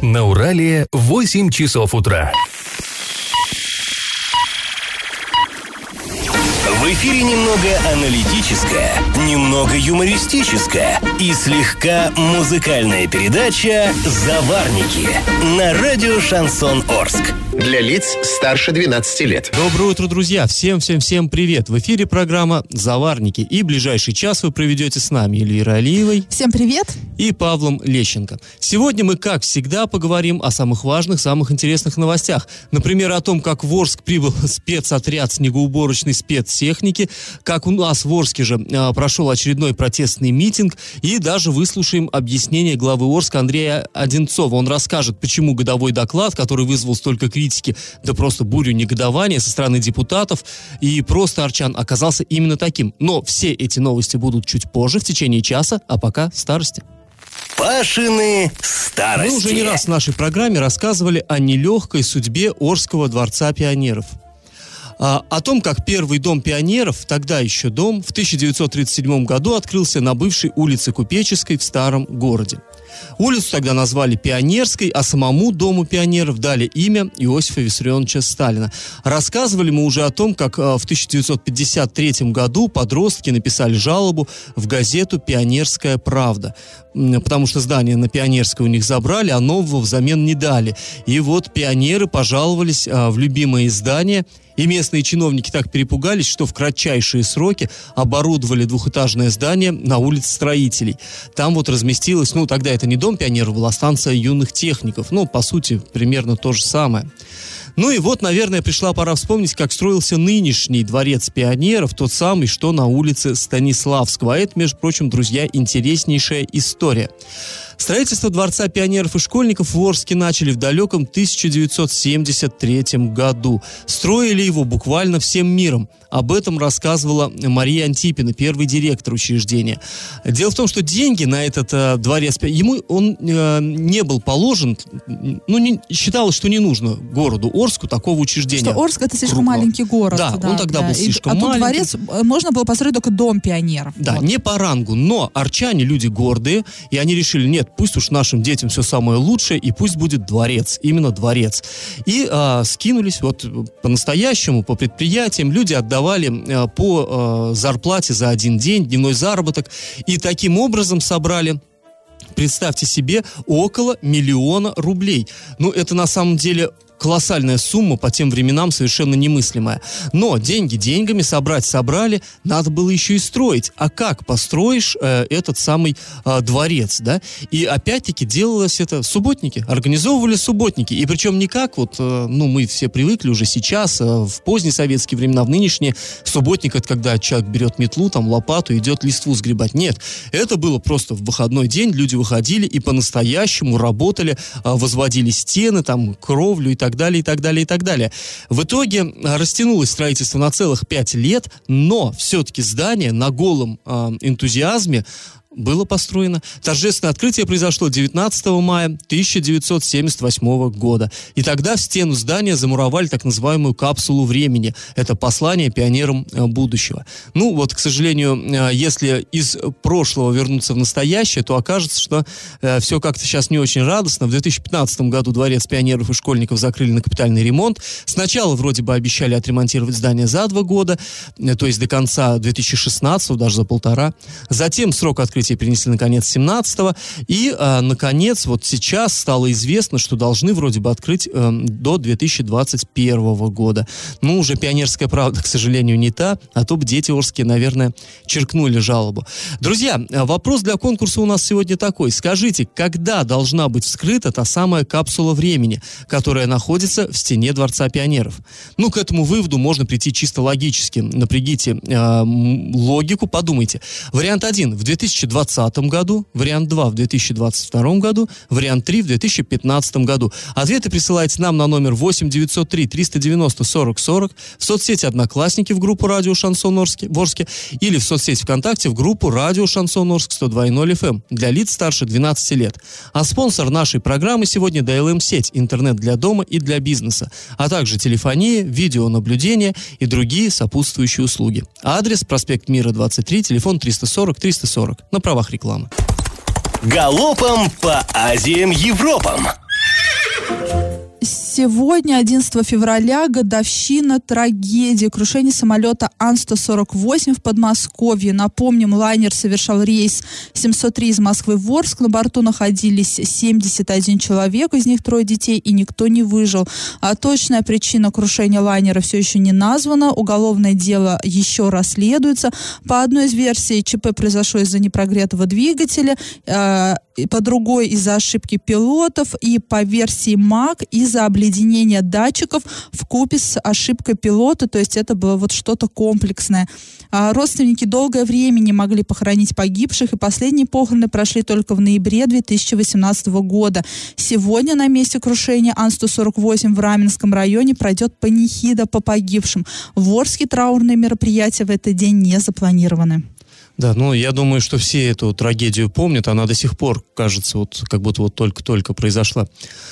На Урале 8 часов утра. В эфире немного аналитическая, немного юмористическая и слегка музыкальная передача «Заварники» на радио «Шансон Орск». Для лиц старше 12 лет. Доброе утро, друзья! Всем привет! В эфире программа «Заварники». И ближайший час вы проведете с нами Эльвирой Алиевой. Всем привет! И Павлом Лещенко. Сегодня мы, как всегда, поговорим о самых важных, самых интересных новостях. Например, о том, как в Орск прибыл спецотряд снегоуборочной спецтехники, как у нас в Орске же прошел очередной протестный митинг, и даже выслушаем объяснение главы Орска Андрея Одинцова. Он расскажет, почему годовой доклад, который вызвал столько критики, да просто бурю негодования со стороны депутатов и просто арчан, оказался именно таким. Но все эти новости будут чуть позже, в течение часа, а пока старости. Пашины старости. Мы уже не раз в нашей программе рассказывали о нелегкой судьбе Орского дворца пионеров. О том, как первый дом пионеров, тогда еще дом, в 1937 году открылся на бывшей улице Купеческой в Старом городе. Улицу тогда назвали Пионерской, а самому Дому пионеров дали имя Иосифа Виссарионовича Сталина. Рассказывали мы уже о том, как в 1953 году подростки написали жалобу в газету «Пионерская правда», потому что здание на Пионерской у них забрали, а нового взамен не дали. И вот пионеры пожаловались в любимое издание, и местные чиновники так перепугались, что в кратчайшие сроки оборудовали двухэтажное здание на улице Строителей. Там вот разместилось, тогда это не Дом пионеров, была станция юных техников. По сути, примерно то же самое. И вот, наверное, пришла пора вспомнить, как строился нынешний дворец пионеров, тот самый, что на улице Станиславского. А это, между прочим, друзья, интереснейшая история. Строительство Дворца пионеров и школьников в Орске начали в далеком 1973 году. Строили его буквально всем миром. Об этом рассказывала Мария Антипина, первый директор учреждения. Дело в том, что деньги на этот дворец, ему он не был положен, считалось, что не нужно городу Орску такого учреждения. Что Орск — это слишком крупного. маленький город. Да, он тогда был слишком маленький. маленький. Дворец можно было построить только Дом пионеров. Да, не по рангу, но арчане люди гордые, и они решили, нет, пусть уж нашим детям все самое лучшее, и пусть будет дворец, именно дворец. И скинулись по-настоящему, по предприятиям, люди отдавали по зарплате за один день, дневной заработок, и таким образом собрали, представьте себе, около 1 миллиона рублей. Это на самом деле колоссальная сумма, по тем временам совершенно немыслимая. Но деньги деньгами, собрали, надо было еще и строить. А как построишь этот самый дворец, да? И опять-таки делалось это субботники, организовывали субботники. И причем не как мы все привыкли уже сейчас, в поздние советские времена, в нынешние, субботник — это когда человек берет метлу, лопату, идет листву сгребать. Нет, это было просто в выходной день, люди выходили и по-настоящему работали, возводили стены, кровлю и так далее, и так далее, и так далее. В итоге растянулось строительство на целых 5 лет, но все-таки здание на голом энтузиазме было построено. Торжественное открытие произошло 19 мая 1978 года. И тогда в стену здания замуровали так называемую капсулу времени. Это послание пионерам будущего. К сожалению, если из прошлого вернуться в настоящее, то окажется, что все как-то сейчас не очень радостно. В 2015 году Дворец пионеров и школьников закрыли на капитальный ремонт. Сначала вроде бы обещали отремонтировать здание за 2 года, то есть до конца 2016, даже за 1,5. Затем срок открытия перенесли на конец 17-го. И, наконец, сейчас стало известно, что должны вроде бы открыть до 2021 года. Уже «Пионерская правда», к сожалению, не та, а то бы дети орские, наверное, черкнули жалобу. Друзья, вопрос для конкурса у нас сегодня такой. Скажите, когда должна быть вскрыта та самая капсула времени, которая находится в стене Дворца пионеров? К этому выводу можно прийти чисто логически. Напрягите логику, подумайте. Вариант 1 в 2020 году, вариант 2 в 2022 году, вариант 3 в 2015 году. Ответы присылайте нам на номер 8 903 390 40 40, в соцсети «Одноклассники» в группу «Радио Шансон Орске» или в соцсети ВКонтакте в группу «Радио Шансон Орск» 102.0 FM для лиц старше 12 лет. А спонсор нашей программы сегодня ДЛМ-сеть, интернет для дома и для бизнеса, а также телефония, видеонаблюдение и другие сопутствующие услуги. Адрес: проспект Мира, 23, телефон 340 340. На правах рекламы. Галопом по Азиям Европам! Сегодня, 11 февраля, годовщина трагедии крушения самолета Ан-148 в Подмосковье. Напомним, лайнер совершал рейс 703 из Москвы в Орск. На борту находились 71 человек, из них 3 детей, и никто не выжил. А точная причина крушения лайнера все еще не названа. Уголовное дело еще расследуется. По одной из версий, ЧП произошло из-за непрогретого двигателя, по другой из-за ошибки пилотов, и по версии МАК из-за обледенения датчиков вкупе с ошибкой пилота, то есть это было вот что-то комплексное. Родственники долгое время не могли похоронить погибших, и последние похороны прошли только в ноябре 2018 года. Сегодня на месте крушения Ан-148 в Раменском районе пройдет панихида по погибшим. В Орске траурные мероприятия в этот день не запланированы. Да, ну, я думаю, что все эту трагедию помнят. Она до сих пор, кажется, вот как будто вот только-только произошла.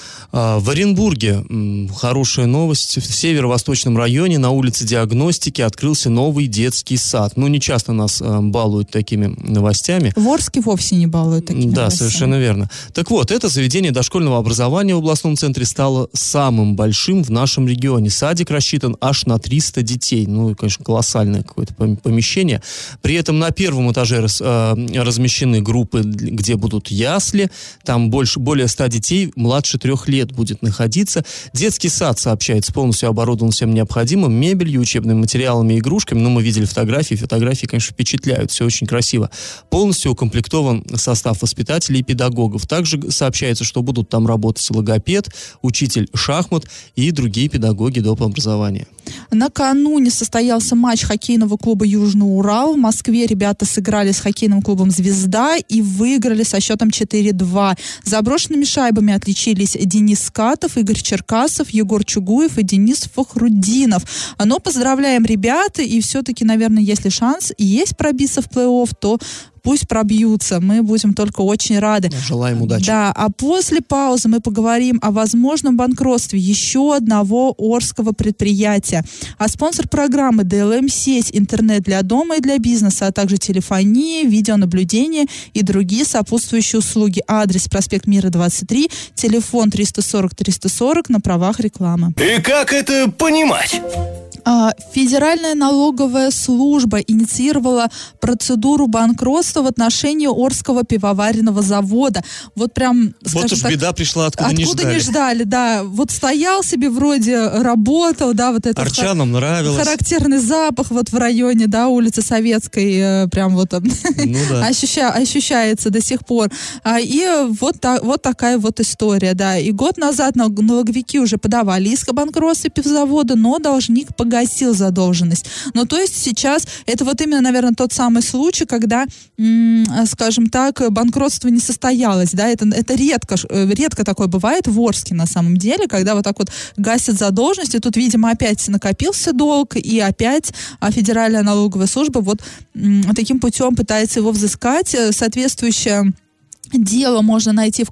В Оренбурге хорошая новость. В северо-восточном районе на улице Диагностики открылся новый детский сад. Ну, не часто нас балуют такими новостями. В Орске вовсе не балуют такими новостями. Да, совершенно верно. Так вот, это заведение дошкольного образования в областном центре стало самым большим в нашем регионе. Садик рассчитан аж на 300 детей. Ну, конечно, колоссальное какое-то помещение. При этом на первом этаже размещены группы, где будут ясли. Там более 100 детей младше 3 лет будет находиться. Детский сад, сообщается, полностью оборудован всем необходимым, мебелью, учебными материалами, игрушками. Ну, мы видели фотографии. Фотографии, конечно, впечатляют. Все очень красиво. Полностью укомплектован состав воспитателей и педагогов. Также сообщается, что будут там работать логопед, учитель шахмат и другие педагоги доп. Образования. Накануне состоялся матч хоккейного клуба «Южный Урал». В Москве ребята сыграли с хоккейным клубом «Звезда» и выиграли со счетом 4-2. Заброшенными шайбами отличились Денис Скатов, Игорь Черкасов, Егор Чугуев и Денис Фахруддинов. Но поздравляем ребят, и все-таки, наверное, если шанс и есть пробиться в плей-офф, то пусть пробьются. Мы будем только очень рады. Желаем удачи. Да, а после паузы мы поговорим о возможном банкротстве еще одного орского предприятия. А спонсор программы ДЛМ-сеть, интернет для дома и для бизнеса, а также телефония, видеонаблюдение и другие сопутствующие услуги. Адрес: проспект Мира, 23, телефон 340-340 на правах рекламы. И как это понимать? Федеральная налоговая служба инициировала процедуру банкротства в отношении Орского пивоваренного завода. Вот прям, вот уж так, беда пришла, откуда не ждали. Да. Вот стоял себе, вроде работал, да, вот это арчанам нравилось. Характерный запах вот в районе, да, улицы Советской, прям вот ощущается до сих пор. И вот такая вот история, да. И год назад налоговики уже подавали иск о банкротстве пивзавода, но должник погасил задолженность. Ну, то есть сейчас это вот именно, наверное, тот самый случай, когда, скажем так, банкротство не состоялось, да, это редко такое бывает в Орске на самом деле, когда вот так вот гасят задолженность, и тут, видимо, опять накопился долг, и опять Федеральная налоговая служба вот таким путем пытается его взыскать. Соответствующее дело можно найти в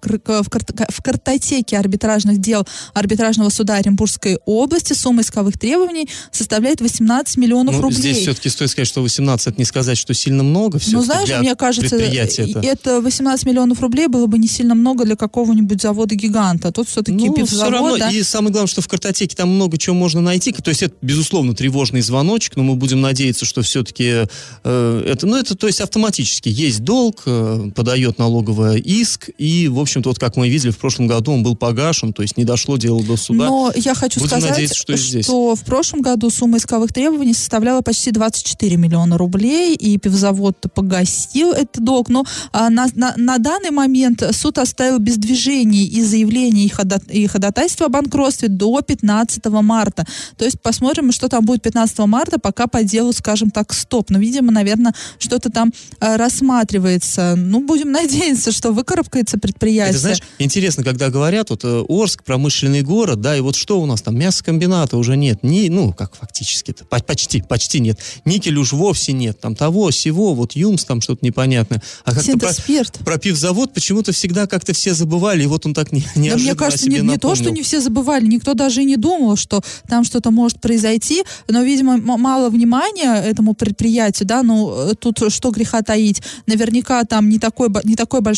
картотеке арбитражных дел арбитражного суда Оренбургской области. Сумма исковых требований составляет 18 миллионов рублей. Здесь все-таки стоит сказать, что 18, это не сказать, что сильно много. Ну, знаешь, мне кажется, это 18 миллионов рублей было бы не сильно много для какого-нибудь завода-гиганта. А тут все-таки пивзавод, все равно, да? И самое главное, что в картотеке там много чего можно найти. То есть это, безусловно, тревожный звоночек, но мы будем надеяться, что все-таки это, то есть автоматически есть долг, подает налоговая иск, и, в общем-то, вот как мы видели, в прошлом году он был погашен, то есть не дошло дело до суда. Но я хочу сказать, что в прошлом году сумма исковых требований составляла почти 24 миллиона рублей, и пивзавод погасил этот долг, но на данный момент суд оставил без движения и заявления и ходатайства о банкротстве до 15 марта. То есть посмотрим, что там будет 15 марта, пока по делу, скажем так, стоп. Но, видимо, наверное, что-то там рассматривается. Ну, будем надеяться, что выкарабкается предприятие. Это, знаешь, интересно, когда говорят, вот Орск, промышленный город, да, и вот что у нас там, мясокомбината уже нет, как фактически-то, почти нет. Никель уж вовсе нет, там того, сего, вот ЮМС, там что-то непонятное. А как-то про пивзавод почему-то всегда как-то все забывали, и вот он так неожиданно да, мне кажется, не то, что не все забывали, никто даже и не думал, что там что-то может произойти, но, видимо, мало внимания этому предприятию, да, тут что греха таить, наверняка там не такой большой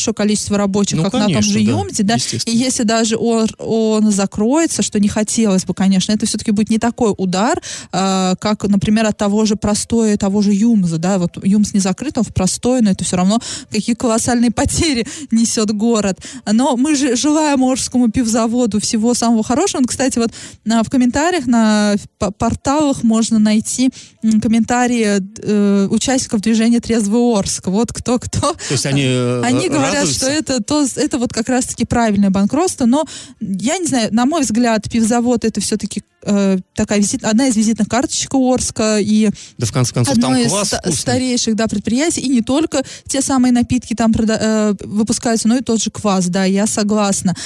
большое количество рабочих, как конечно, на том же ЮМСе, да, и если даже он закроется, что не хотелось бы, конечно, это все-таки будет не такой удар, как, например, от того же простоя, того же ЮМСа, да, вот ЮМС не закрыт, он в простой, но это все равно какие колоссальные потери несет город. Но мы же желаем Орскому пивзаводу всего самого хорошего. Кстати, вот в комментариях на порталах можно найти комментарии участников движения «Трезвый Орск». Вот кто-кто. То есть они говорят, радуются? что это вот как раз-таки правильное банкротство, но я не знаю, на мой взгляд, пивзавод это все-таки одна из визитных карточек Орска и да, в конце концов, одно там из квас старейших предприятий, и не только те самые напитки там выпускаются, но и тот же квас, да, я согласна.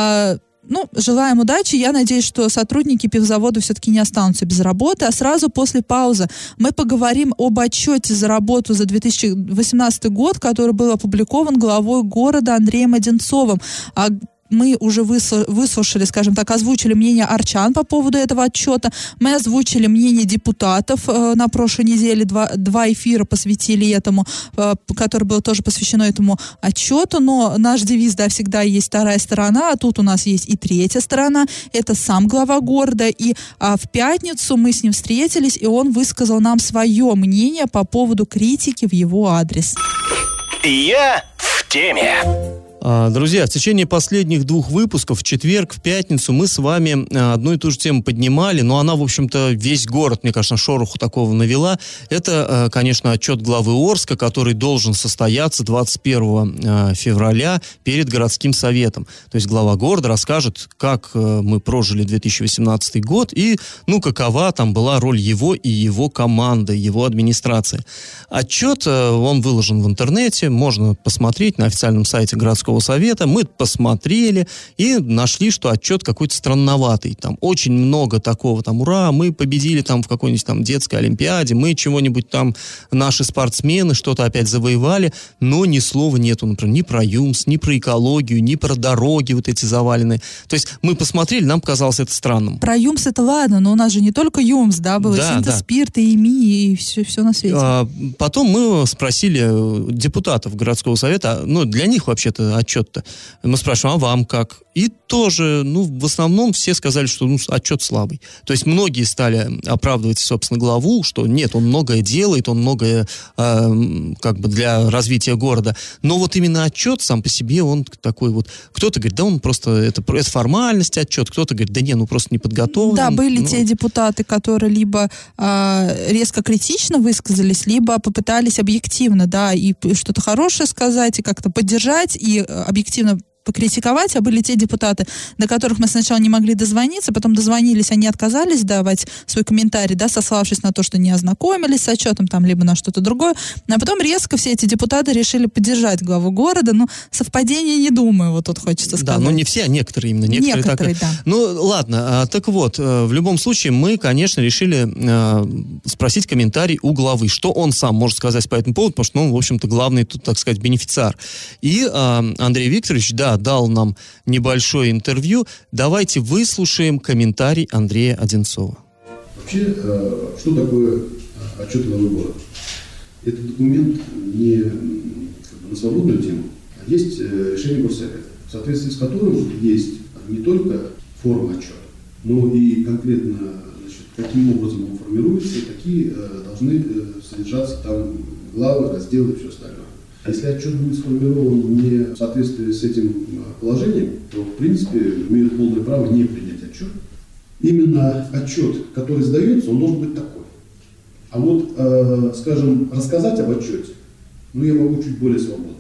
Желаем удачи. Я надеюсь, что сотрудники пивзавода все-таки не останутся без работы. А сразу после паузы мы поговорим об отчете за работу за 2018 год, который был опубликован главой города Андреем Одинцовым. Мы уже выслушали, скажем так, озвучили мнение арчан по поводу этого отчета. Мы озвучили мнение депутатов на прошлой неделе. Два эфира посвятили этому, которое было тоже посвящено этому отчету. Но наш девиз, да, всегда есть вторая сторона, а тут у нас есть и третья сторона. Это сам глава города. И в пятницу мы с ним встретились, и он высказал нам свое мнение по поводу критики в его адрес. Я в теме. Друзья, в течение последних 2 выпусков, в четверг, в пятницу, мы с вами одну и ту же тему поднимали, но она, в общем-то, весь город, мне кажется, шороху такого навела. Это, конечно, отчет главы Орска, который должен состояться 21 февраля перед городским советом. То есть глава города расскажет, как мы прожили 2018 год и, какова там была роль его и его команды, его администрации. Отчет, он выложен в интернете, можно посмотреть на официальном сайте городского совета. Мы посмотрели и нашли, что отчет какой-то странноватый. Там очень много такого, ура, мы победили там в какой-нибудь там детской олимпиаде, мы чего-нибудь там, наши спортсмены что-то опять завоевали, но ни слова нету, например, ни про ЮМС, ни про экологию, ни про дороги вот эти заваленные. То есть мы посмотрели, нам казалось это странным. Про ЮМС это ладно, но у нас же не только ЮМС, да, было Синтез-Спирт, и ИМИ, и все на свете. Потом мы спросили депутатов городского совета, для них вообще-то отчет-то. Мы спрашиваем, а вам как? И тоже, в основном все сказали, что отчет слабый. То есть многие стали оправдывать, собственно, главу, что нет, он многое делает, он многое для развития города. Но вот именно отчет сам по себе, он такой вот... Кто-то говорит, да он просто, это формальность отчет, кто-то говорит, да не, просто не подготовлен. Да, были те депутаты, которые либо резко критично высказались, либо попытались объективно, да, и что-то хорошее сказать, и как-то поддержать, и объективно покритиковать, а были те депутаты, до которых мы сначала не могли дозвониться, потом дозвонились, они отказались давать свой комментарий, да, сославшись на то, что не ознакомились с отчетом, либо на что-то другое, а потом резко все эти депутаты решили поддержать главу города, совпадение не думаю, вот тут хочется сказать. Да, не все, а некоторые именно. Некоторые, да. Ладно, так вот, в любом случае мы, конечно, решили спросить комментарий у главы, что он сам может сказать по этому поводу, потому что он, в общем-то, главный тут, так сказать, бенефициар. И Андрей Викторович, дал нам небольшое интервью. Давайте выслушаем комментарий Андрея Одинцова. Вообще, что такое отчет главы города? Это документ не на свободную тему, а есть решение горсовета, в соответствии с которым есть не только форма отчета, но и конкретно, каким образом он формируется, какие должны содержаться там главы, разделы и все остальное. Если отчет будет сформирован не в соответствии с этим положением, то, в принципе, имеют полное право не принять отчет. Именно отчет, который сдается, он должен быть такой. А вот, скажем, рассказать об отчете, я могу чуть более свободно.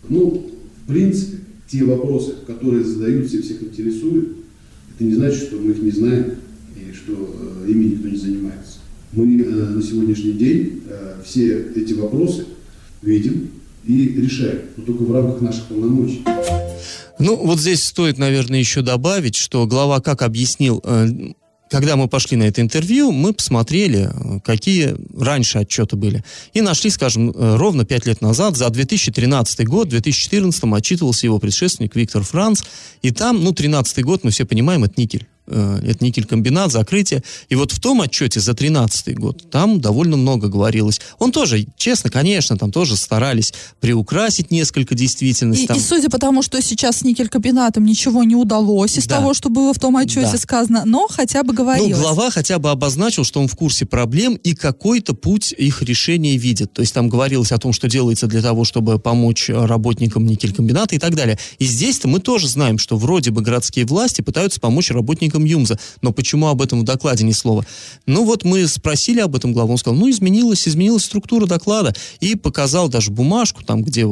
В принципе, те вопросы, которые задаются и всех интересуют, это не значит, что мы их не знаем и что ими никто не занимается. Мы на сегодняшний день все эти вопросы видим и решаем, но только в рамках наших полномочий. Вот здесь стоит, наверное, еще добавить, что глава как объяснил, когда мы пошли на это интервью, мы посмотрели, какие раньше отчеты были. И нашли, скажем, ровно 5 лет назад, за 2013 год, в 2014 отчитывался его предшественник Виктор Франц. И там, 13 год, мы все понимаем, это никель. это никелькомбинат, закрытие. И вот в том отчете за 2013 год там довольно много говорилось. Он тоже, честно, конечно, там тоже старались приукрасить несколько действительность. И судя по тому, что сейчас с никелькомбинатом ничего не удалось из того, что было в том отчете сказано, но хотя бы говорилось. Ну, глава хотя бы обозначил, что он в курсе проблем и какой-то путь их решения видит. То есть там говорилось о том, что делается для того, чтобы помочь работникам никелькомбината и так далее. И здесь-то мы тоже знаем, что вроде бы городские власти пытаются помочь работникам ЮМЗа. Но почему об этом в докладе ни слова? Ну вот мы спросили об этом главу, он сказал, ну изменилась структура доклада. И показал даже бумажку, там где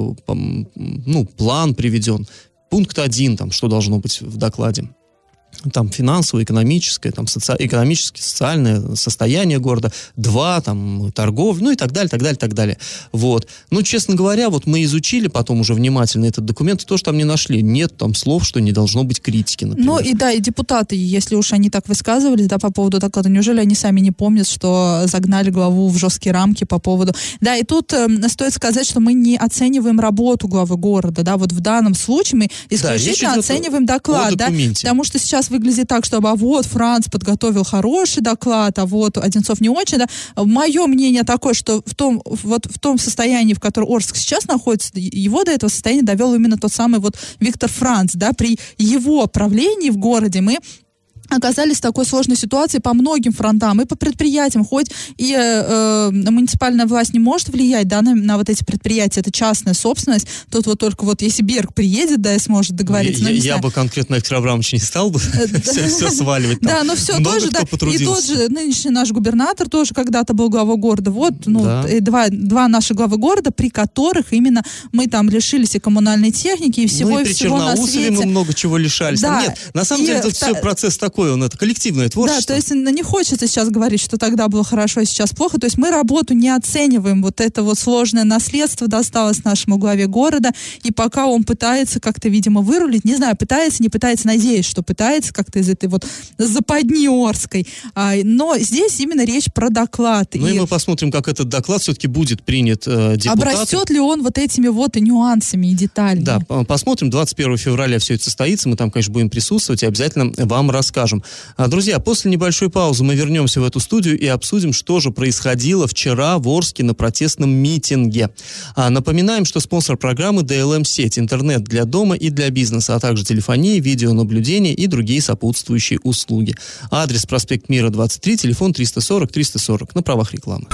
план приведен. Пункт 1, там, что должно быть в докладе. Там финансовое, экономическое, там экономическое, социальное состояние города, 2, там, торговля, ну и так далее, так далее, так далее. Вот. Ну, честно говоря, вот мы изучили потом уже внимательно этот документ, и тоже там не нашли. Нет там слов, что не должно быть критики, например. Ну и да, и депутаты, если уж они так высказывались, да, по поводу доклада, неужели они сами не помнят, что загнали главу в жесткие рамки по поводу... Да, и тут стоит сказать, что мы не оцениваем работу главы города, да, вот в данном случае мы исключительно оцениваем доклад, да, потому что сейчас выглядит так, что вот Франц подготовил хороший доклад, а вот Одинцов не очень, да. Мое мнение такое, что в том состоянии, в котором Орск сейчас находится, его до этого состояния довел именно тот самый вот Виктор Франц, да, при его правлении в городе мы оказались в такой сложной ситуации по многим фронтам, и по предприятиям, хоть и муниципальная власть не может влиять, да, на вот эти предприятия, это частная собственность, тут вот только вот если Берг приедет, да, и сможет договориться. Я бы конкретно Виктор Абрамович не стал бы все сваливать. Да, но все тоже, да, и тот же нынешний наш губернатор тоже когда-то был главой города, вот, два наших главы города, при которых именно мы там лишились и коммунальной техники, и всего, и всего на свете. Ну и при Черноусове мы много чего лишались. Нет, на самом деле, это все процесс такой, это коллективное творчество. Да, то есть не хочется сейчас говорить, что тогда было хорошо, а сейчас плохо. То есть мы работу не оцениваем. Вот это вот сложное наследство досталось нашему главе города, и пока он пытается как-то, видимо, вырулить, не знаю, пытается, не пытается, надеюсь, что пытается как-то из этой вот западни Орской. Но здесь именно речь про доклад. Ну и мы посмотрим, как этот доклад все-таки будет принят депутатом. Обрастет ли он вот этими вот нюансами и деталями. Да, посмотрим. 21 февраля все это состоится. Мы там, конечно, будем присутствовать и обязательно вам расскажем. Друзья, после небольшой паузы мы вернемся в эту студию и обсудим, что же происходило вчера в Орске на протестном митинге. Напоминаем, что спонсор программы DLM-сеть, интернет для дома и для бизнеса, а также телефония, видеонаблюдение и другие сопутствующие услуги. Адрес: проспект Мира, 23, телефон 340-340, на правах рекламы.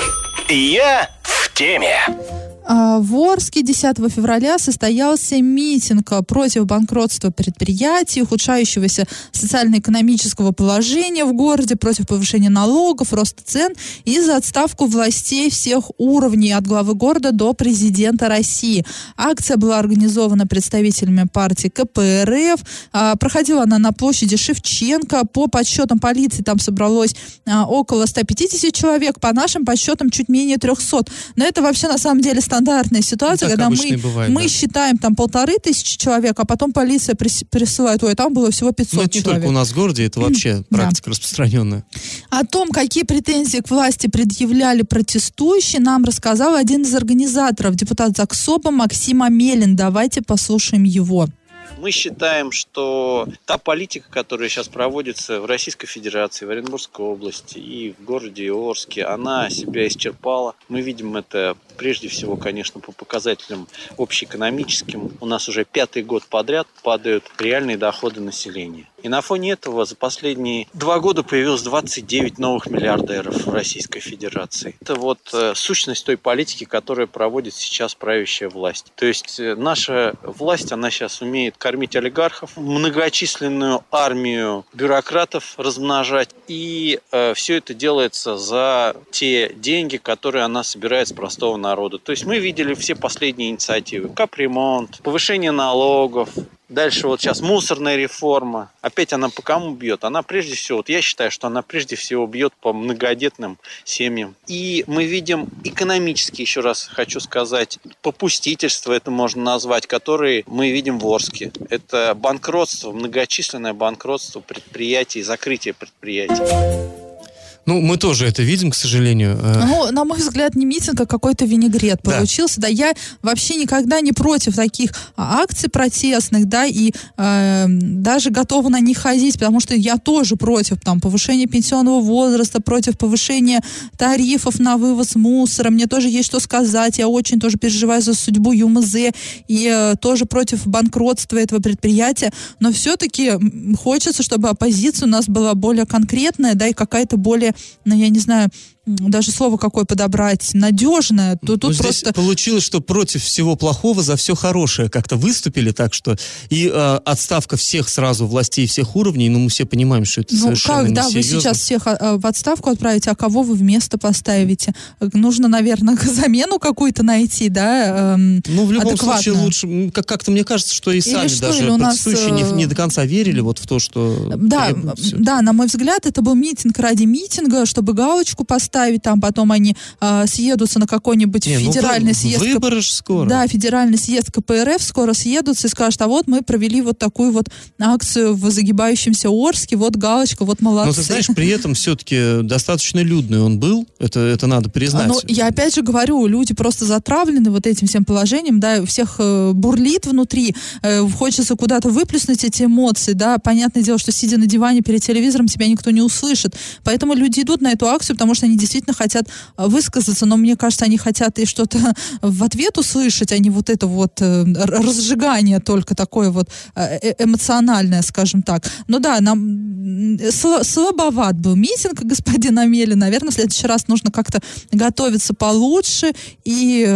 Я в теме. В Орске 10 февраля состоялся митинг против банкротства предприятий, ухудшающегося социально-экономического положения в городе, против повышения налогов, роста цен и за отставку властей всех уровней, от главы города до президента России. Акция была организована представителями партии КПРФ. Проходила она на площади Шевченко. По подсчетам полиции там собралось около 150 человек, по нашим подсчетам чуть менее 300. Но это вообще на самом деле стандартная ситуация, когда мы считаем там 1500 человек, а потом полиция присылает, там было всего 500 человек. Это не только у нас в городе, это вообще практика распространенная. О том, какие претензии к власти предъявляли протестующие, нам рассказал один из организаторов, депутат Заксоба Максим Амелин. Давайте послушаем его. Мы считаем, что та политика, которая сейчас проводится в Российской Федерации, в Оренбургской области и в городе Орске, она себя исчерпала. Мы видим это прежде всего, конечно, по показателям общеэкономическим. У нас уже 5-й год подряд падают реальные доходы населения. И на фоне этого за последние 2 года появилось 29 новых миллиардеров в Российской Федерации. Это вот сущность той политики, которую проводит сейчас правящая власть. То есть наша власть, она сейчас умеет кормить олигархов, многочисленную армию бюрократов размножать. И все это делается за те деньги, которые она собирает с простого народа. То есть мы видели все последние инициативы. Капремонт, повышение налогов. Дальше вот сейчас мусорная реформа. Опять она по кому бьет? Она прежде всего, я считаю, что она прежде всего бьет по многодетным семьям. И мы видим экономически, еще раз хочу сказать, попустительство это можно назвать, которые мы видим в Орске. Это банкротство, многочисленное банкротство предприятий, закрытие предприятий. Ну, мы тоже это видим, к сожалению. Ну, на мой взгляд, не митинг, а какой-то винегрет получился. Да, я вообще никогда не против таких акций протестных, да, и даже готова на них ходить, потому что я тоже против там повышения пенсионного возраста, против повышения тарифов на вывоз мусора. Мне тоже есть что сказать. Я очень тоже переживаю за судьбу ЮМЗ и тоже против банкротства этого предприятия. Но все-таки хочется, чтобы оппозиция у нас была более конкретная, да, и какая-то более, ну, я не знаю, даже слово какое подобрать, надежное. То тут здесь просто получилось, что против всего плохого за все хорошее как-то выступили, так что и отставка всех сразу властей всех уровней, ну мы все понимаем, что это совершенно как, да, несерьезно. вы сейчас всех в отставку отправите, а кого вы вместо поставите? Нужно, наверное, замену какую-то найти, да, ну, в любом адекватную. случае лучше, как-то мне кажется, что и сами что, даже протестующие не до конца верили вот в то, что... Да, на мой взгляд, это был митинг ради митинга, чтобы галочку поставить, там потом они съедутся на какой-нибудь федеральный съезд. Выборы же скоро. Да, федеральный съезд КПРФ скоро съедутся и скажут, а вот мы провели вот такую вот акцию в загибающемся Орске, вот галочка, вот молодцы. Но ты знаешь, при этом все-таки достаточно людный он был, это надо признать. Но я опять же говорю, люди просто затравлены вот этим всем положением, да, у всех бурлит внутри, хочется куда-то выплеснуть эти эмоции, да, понятное дело, что сидя на диване перед телевизором тебя никто не услышит, поэтому люди идут на эту акцию, потому что они действительно хотят высказаться, но мне кажется, они хотят и что-то в ответ услышать, а не вот это вот разжигание только такое вот эмоциональное, скажем так. Ну да, нам слабоват был митинг господина Амели, наверное, в следующий раз нужно как-то готовиться получше и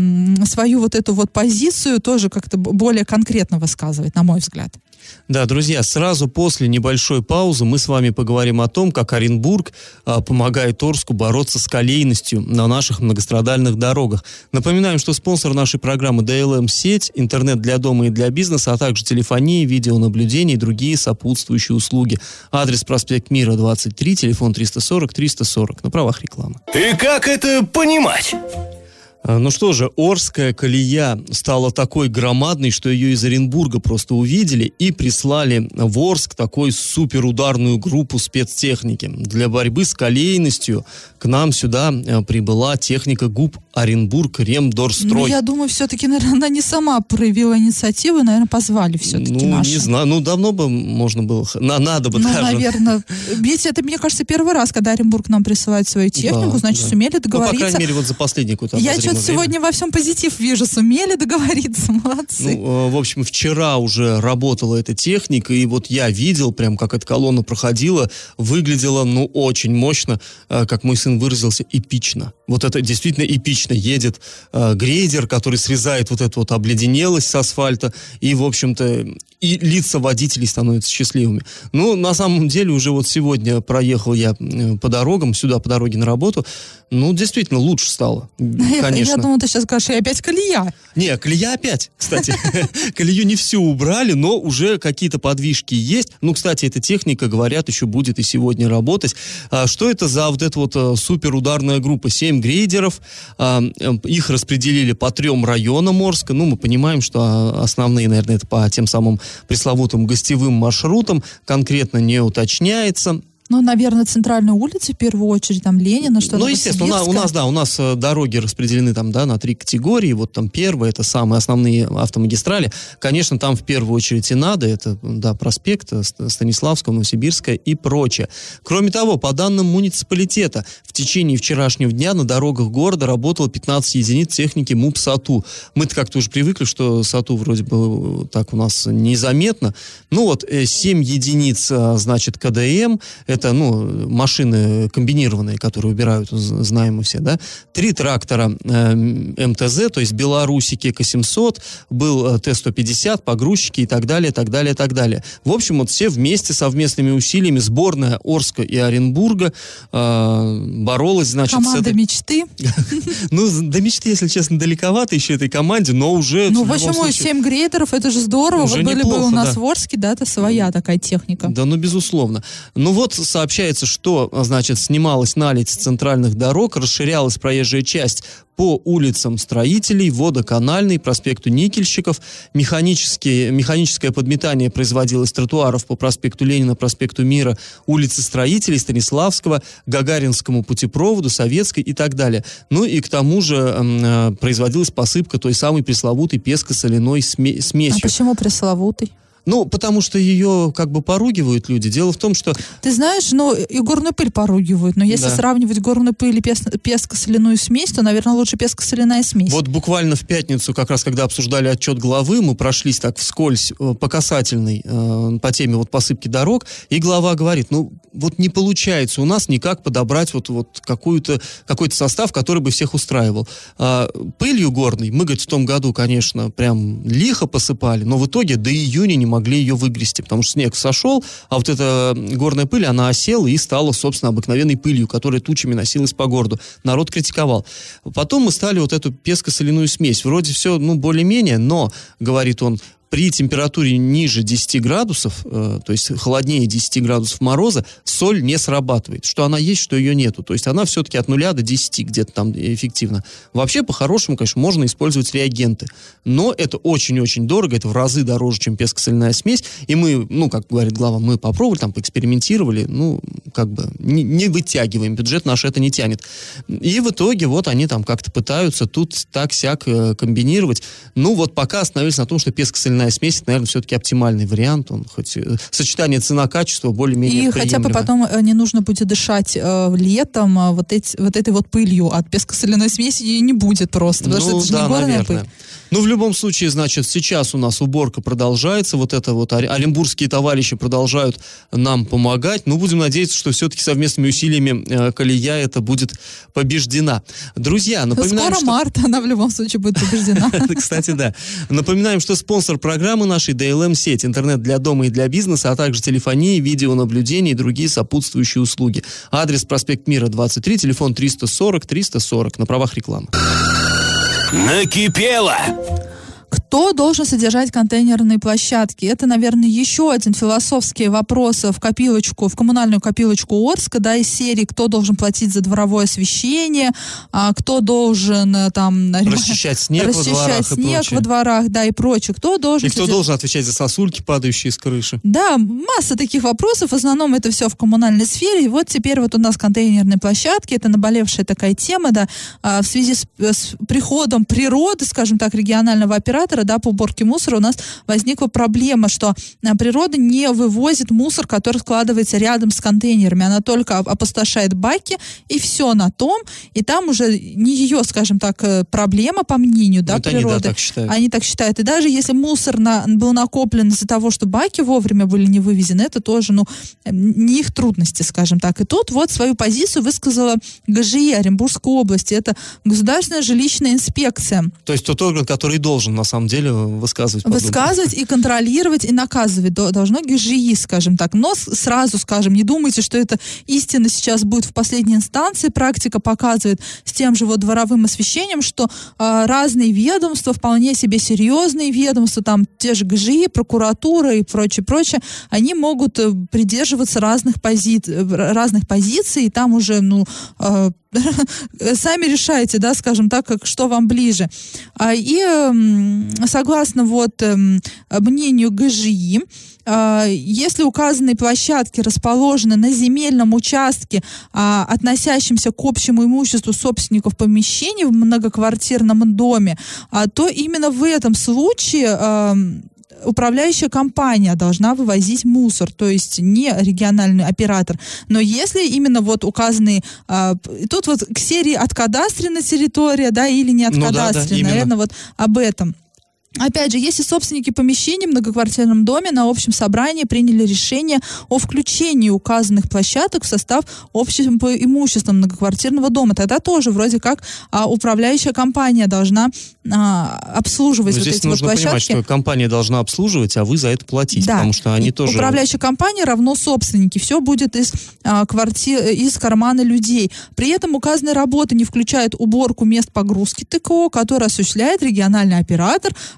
свою вот эту вот позицию тоже как-то более конкретно высказывать, на мой взгляд. Да, друзья, сразу после небольшой паузы мы с вами поговорим о том, как Оренбург помогает Орску бороться с колейностью на наших многострадальных дорогах. Напоминаем, что спонсор нашей программы ДЛМ-сеть, интернет для дома и для бизнеса, а также телефония, видеонаблюдение и другие сопутствующие услуги. Адрес: проспект Мира, 23, телефон 340-340. На правах рекламы. И как это понимать? Ну что же, Орская колея стала такой громадной, что ее из Оренбурга просто увидели и прислали в Орск такой суперударную группу спецтехники. Для борьбы с колейностью к нам сюда прибыла техника ГУП Оренбург Ремдорстрой. Ну, я думаю, все-таки, наверное, она не сама проявила инициативу, наверное, позвали все-таки наши. Не знаю, давно бы можно было, надо бы даже. Наверное. Ведь это, мне кажется, первый раз, когда Оренбург нам присылает свою технику, значит, сумели договориться. Ну, по крайней мере, вот за последний какой-то Я что-то сегодня во всем позитив вижу, сумели договориться, молодцы. Ну, в общем, вчера уже работала эта техника, и вот я видел прям, как эта колонна проходила, выглядела, очень мощно, как мой сын выразился, эпично. Вот это действительно эпично. Едет грейдер, который срезает вот эту вот обледенелость с асфальта, и, в общем-то, и лица водителей становятся счастливыми. Ну, на самом деле, уже вот сегодня проехал я по дорогам, сюда по дороге на работу, действительно, лучше стало, конечно. Я думал, ты сейчас скажешь, и опять колея. Не, колея опять, кстати. Колею не всю убрали, но уже какие-то подвижки есть. Ну, кстати, эта техника, говорят, еще будет и сегодня работать. Что это за вот эта вот суперударная группа? 7 грейдеров. Их распределили по 3 районам Орска. Ну, мы понимаем, что основные, наверное, это по тем самым пресловутым гостевым маршрутам. Конкретно не уточняется. Ну, наверное, центральные улицы, в первую очередь, там Ленина, что-то. Ну, естественно, у нас дороги распределены там, да, на 3 категории. Вот там первая, это самые основные автомагистрали. Конечно, там в первую очередь и надо, это, да, проспект Станиславского, Новосибирская и прочее. Кроме того, по данным муниципалитета, в течение вчерашнего дня на дорогах города работало 15 единиц техники МУП САТУ. Мы-то как-то уже привыкли, что САТУ вроде бы так у нас незаметно. Ну вот, 7 единиц, значит, КДМ, это, машины комбинированные, которые убирают, знаем мы все, да. 3 трактора МТЗ, то есть белорусики К-700, был Т-150, погрузчики и так далее, так далее, так далее. В общем, вот все вместе, совместными усилиями, сборная Орска и Оренбурга боролась, значит, команда мечты. Ну, до мечты, если честно, далековато еще этой команде, но уже... Ну, почему 7 грейдеров, это же здорово. Вот были бы у нас в Орске, да, это своя такая техника. Да, безусловно. Ну вот, сообщается, что, значит, снималась наледь с центральных дорог, расширялась проезжая часть по улицам Строителей, Водоканальной, проспекту Никельщиков. Механическое подметание производилось тротуаров по проспекту Ленина, проспекту Мира, улице Строителей, Станиславского, Гагаринскому путепроводу, Советской и так далее. Ну и к тому же производилась посыпка той самой пресловутой песко-соляной смесью. А почему пресловутой? Ну, потому что ее как бы поругивают люди. Дело в том, что... Ты знаешь, и горную пыль поругивают, но если сравнивать горную пыль и песко-соляную смесь, то, наверное, лучше песко-соляная смесь. Вот буквально в пятницу, как раз когда обсуждали отчет главы, мы прошлись так вскользь по касательной по теме вот посыпки дорог, и глава говорит, вот не получается у нас никак подобрать вот какой-то состав, который бы всех устраивал. Пылью горной мы, говорит, в том году, конечно, прям лихо посыпали, но в итоге до июня не могли ее выгрести, потому что снег сошел, а вот эта горная пыль, она осела и стала, собственно, обыкновенной пылью, которая тучами носилась по городу. Народ критиковал. Потом мы стали вот эту песко-соляную смесь. Вроде все, более-менее, но, говорит он, при температуре ниже 10 градусов, то есть холоднее 10 градусов мороза, соль не срабатывает. Что она есть, что ее нету. То есть она все-таки от 0 до 10 где-то там эффективно. Вообще, по-хорошему, конечно, можно использовать реагенты. Но это очень-очень дорого, это в разы дороже, чем песко-соляная смесь. И мы, как говорит глава, мы попробовали, там, поэкспериментировали, не вытягиваем. Бюджет наш это не тянет. И в итоге вот они там как-то пытаются тут так-сяк комбинировать. Пока остановились на том, что песко-соляная смесь, наверное, все-таки оптимальный вариант. Он хоть сочетание цена-качество более-менее приемлемо. И хотя бы потом не нужно будет дышать летом вот этой вот пылью от песко-соляной смеси, ее не будет просто, потому что это же не горная пыль. В любом случае, значит, сейчас у нас уборка продолжается, оренбургские товарищи продолжают нам помогать, будем надеяться, что все-таки совместными усилиями колея это будет побеждена. Друзья, напоминаем, скоро март, она в любом случае будет побеждена. Кстати, да. Напоминаем, что спонсор программы нашей DLM-сеть, интернет для дома и для бизнеса, а также телефония, видеонаблюдение и другие сопутствующие услуги. Адрес: проспект Мира, 23, телефон 340-340, на правах рекламы. Накипело! Кто должен содержать контейнерные площадки? Это, наверное, еще один философский вопрос в коммунальную копилочку Орска, из серии «Кто должен платить за дворовое освещение?», «Кто должен расчищать снег во дворах, и прочее». Кто должен отвечать за сосульки, падающие с крыши? Да, масса таких вопросов. В основном это все в коммунальной сфере. И вот теперь у нас контейнерные площадки. Это наболевшая такая тема, в связи с приходом природы, скажем так, регионального оператора, по уборке мусора у нас возникла проблема, что природа не вывозит мусор, который складывается рядом с контейнерами. Она только опустошает баки, и все на том. И там уже не ее, скажем так, проблема, по мнению природы. Они так считают. И даже если мусор был накоплен из-за того, что баки вовремя были не вывезены, это тоже не их трудности, скажем так. И тут свою позицию высказала ГЖИ Оренбургской области. Это Государственная жилищная инспекция. То есть тот орган, который должен на самом деле высказывать и контролировать, и наказывать должно ГЖИ, скажем так. Но сразу скажем, не думайте, что это истина сейчас будет в последней инстанции. Практика показывает с тем же дворовым освещением, что разные ведомства, вполне себе серьезные ведомства, там те же ГЖИ, прокуратура и прочее, они могут придерживаться разных позиций, и там уже, сами решайте, скажем так, что вам ближе. И согласно мнению ГЖИ, если указанные площадки расположены на земельном участке, относящемся к общему имуществу собственников помещений в многоквартирном доме, то именно в этом случае управляющая компания должна вывозить мусор, то есть не региональный оператор. Но если именно указанные... тут к серии откадастрена территория, или не откадастрена, наверное, об этом. Опять же, если собственники помещений в многоквартирном доме на общем собрании приняли решение о включении указанных площадок в состав общего имущества многоквартирного дома, тогда тоже вроде как управляющая компания должна обслуживать эти площадки. Здесь нужно понимать, что компания должна обслуживать, а вы за это платить, потому что они тоже... Управляющая компания равно собственники. Все будет из кармана людей. При этом указанные работы не включают уборку мест погрузки ТКО, которые осуществляет региональный оператор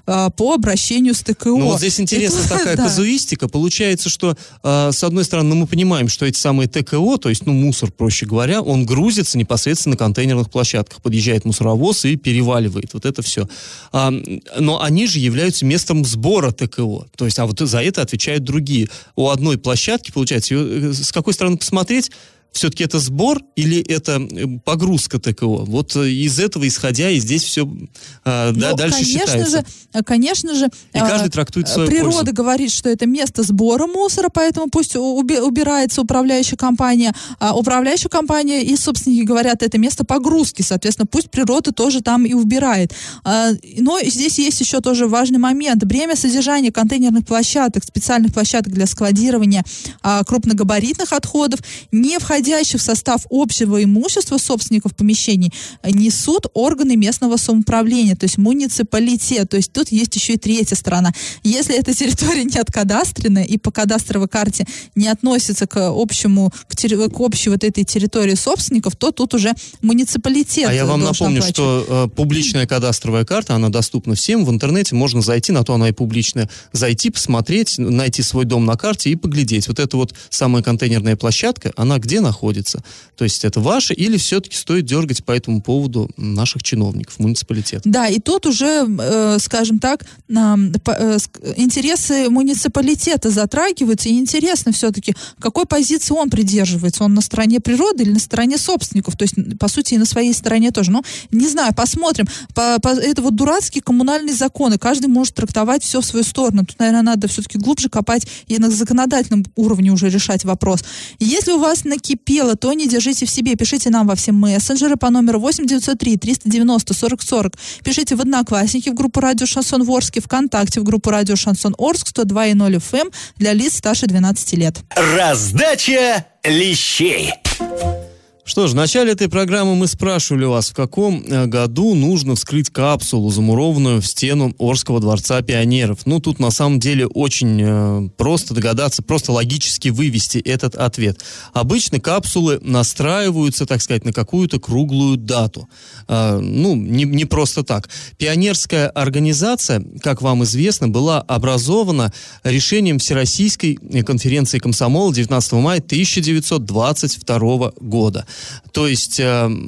по обращению с ТКО. Ну, вот здесь интересная такая казуистика. Получается, что, с одной стороны, мы понимаем, что эти самые ТКО, то есть, мусор, проще говоря, он грузится непосредственно на контейнерных площадках. Подъезжает мусоровоз и переваливает. Вот это все. Но они же являются местом сбора ТКО. То есть, а вот за это отвечают другие. У одной площадки, получается, с какой стороны посмотреть, все-таки это сбор или это погрузка ТКО? Вот из этого исходя, и здесь все дальше считается. Конечно же, и каждый трактует свою природа пользу. говорит, что это место сбора мусора, поэтому пусть убирается управляющая компания. А управляющая компания и собственники говорят, это место погрузки, соответственно, пусть природа тоже там и убирает. Но здесь есть еще тоже важный момент. Бремя содержания контейнерных площадок, специальных площадок для складирования крупногабаритных отходов, не входящих в состав общего имущества собственников помещений, несут органы местного самоуправления, то есть муниципалитет. То есть тут есть еще и третья сторона. Если эта территория не откадастренная и по кадастровой карте не относится к общей вот этой территории собственников, то тут уже муниципалитет. А я вам напомню, что публичная кадастровая карта, она доступна всем. В интернете можно зайти, на то она и публичная, зайти, посмотреть, найти свой дом на карте и поглядеть. Вот эта вот самая контейнерная площадка, она где находится? То есть это ваше, или все-таки стоит дергать по этому поводу наших чиновников, муниципалитета? Да, и тут уже, скажем так, интересы муниципалитета затрагиваются, и интересно все-таки, какой позиции он придерживается. Он на стороне природы или на стороне собственников? То есть, по сути, и на своей стороне тоже. Ну, не знаю, посмотрим. Это вот дурацкие коммунальные законы. Каждый может трактовать все в свою сторону. Тут, наверное, надо все-таки глубже копать и на законодательном уровне уже решать вопрос. Если у вас накипело, то не держите в себе. Пишите нам во все мессенджеры по номеру 8-903-390-40-40. Пишите в Одноклассники в группу Радио Шансон Орск, ВКонтакте в группу Радио Шансон Орск 102.0 FM для лиц старше 12 лет. Раздача лещей. Что ж, в начале этой программы мы спрашивали вас, в каком году нужно вскрыть капсулу, замурованную в стену Орского дворца пионеров. Ну, тут на самом деле очень просто догадаться, просто логически вывести этот ответ. Обычно капсулы настраиваются, так сказать, на какую-то круглую дату. Не просто так. Пионерская организация, как вам известно, была образована решением Всероссийской конференции комсомола 19 мая 1922 года. То есть,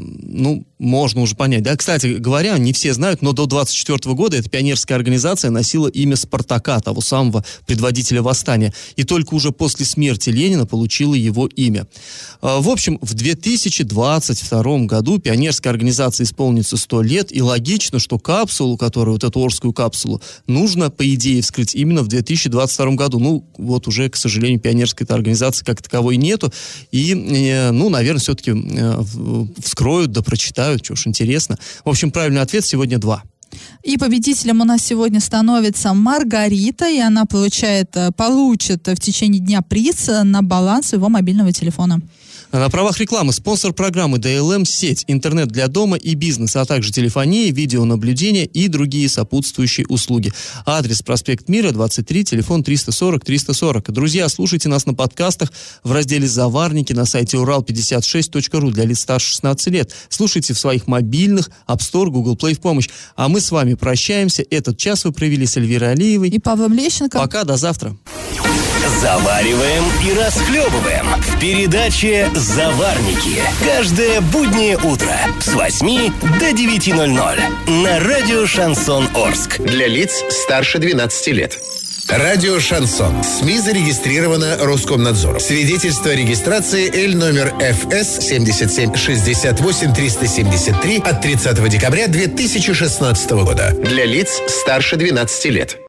можно уже понять. Да, кстати говоря, не все знают, но до 24 года эта пионерская организация носила имя Спартака, того самого предводителя восстания. И только уже после смерти Ленина получила его имя. В общем, в 2022 году пионерской организации исполнится 100 лет, и логично, что капсулу, которую, вот эту Орскую капсулу, нужно, по идее, вскрыть именно в 2022 году. Ну, вот уже, к сожалению, пионерской организации как таковой нету. И, наверное, все-таки вскроют, да прочитают, что уж интересно. В общем, правильный ответ сегодня 2. И победителем у нас сегодня становится Маргарита, и она получит в течение дня приз на баланс своего мобильного телефона. На правах рекламы спонсор программы DLM сеть, интернет для дома и бизнеса, а также телефония, видеонаблюдение и другие сопутствующие услуги. Адрес: проспект Мира, 23, телефон 340-340. Друзья, слушайте нас на подкастах в разделе «Заварники» на сайте урал56.ру для лиц старше 16 лет. Слушайте в своих мобильных, App Store, Google Play в помощь. А мы с вами прощаемся. Этот час вы провели с Эльвирой Алиевой и Павлом Лещенко. Пока, до завтра. Завариваем и расхлебываем в передаче «Заварники». Каждое буднее утро с 8 до 9:00 на радио «Шансон Орск». Для лиц старше 12 лет. Радио «Шансон». СМИ зарегистрировано Роскомнадзором. Свидетельство о регистрации Л номер ФС 7768 373 от 30 декабря 2016 года. Для лиц старше 12 лет.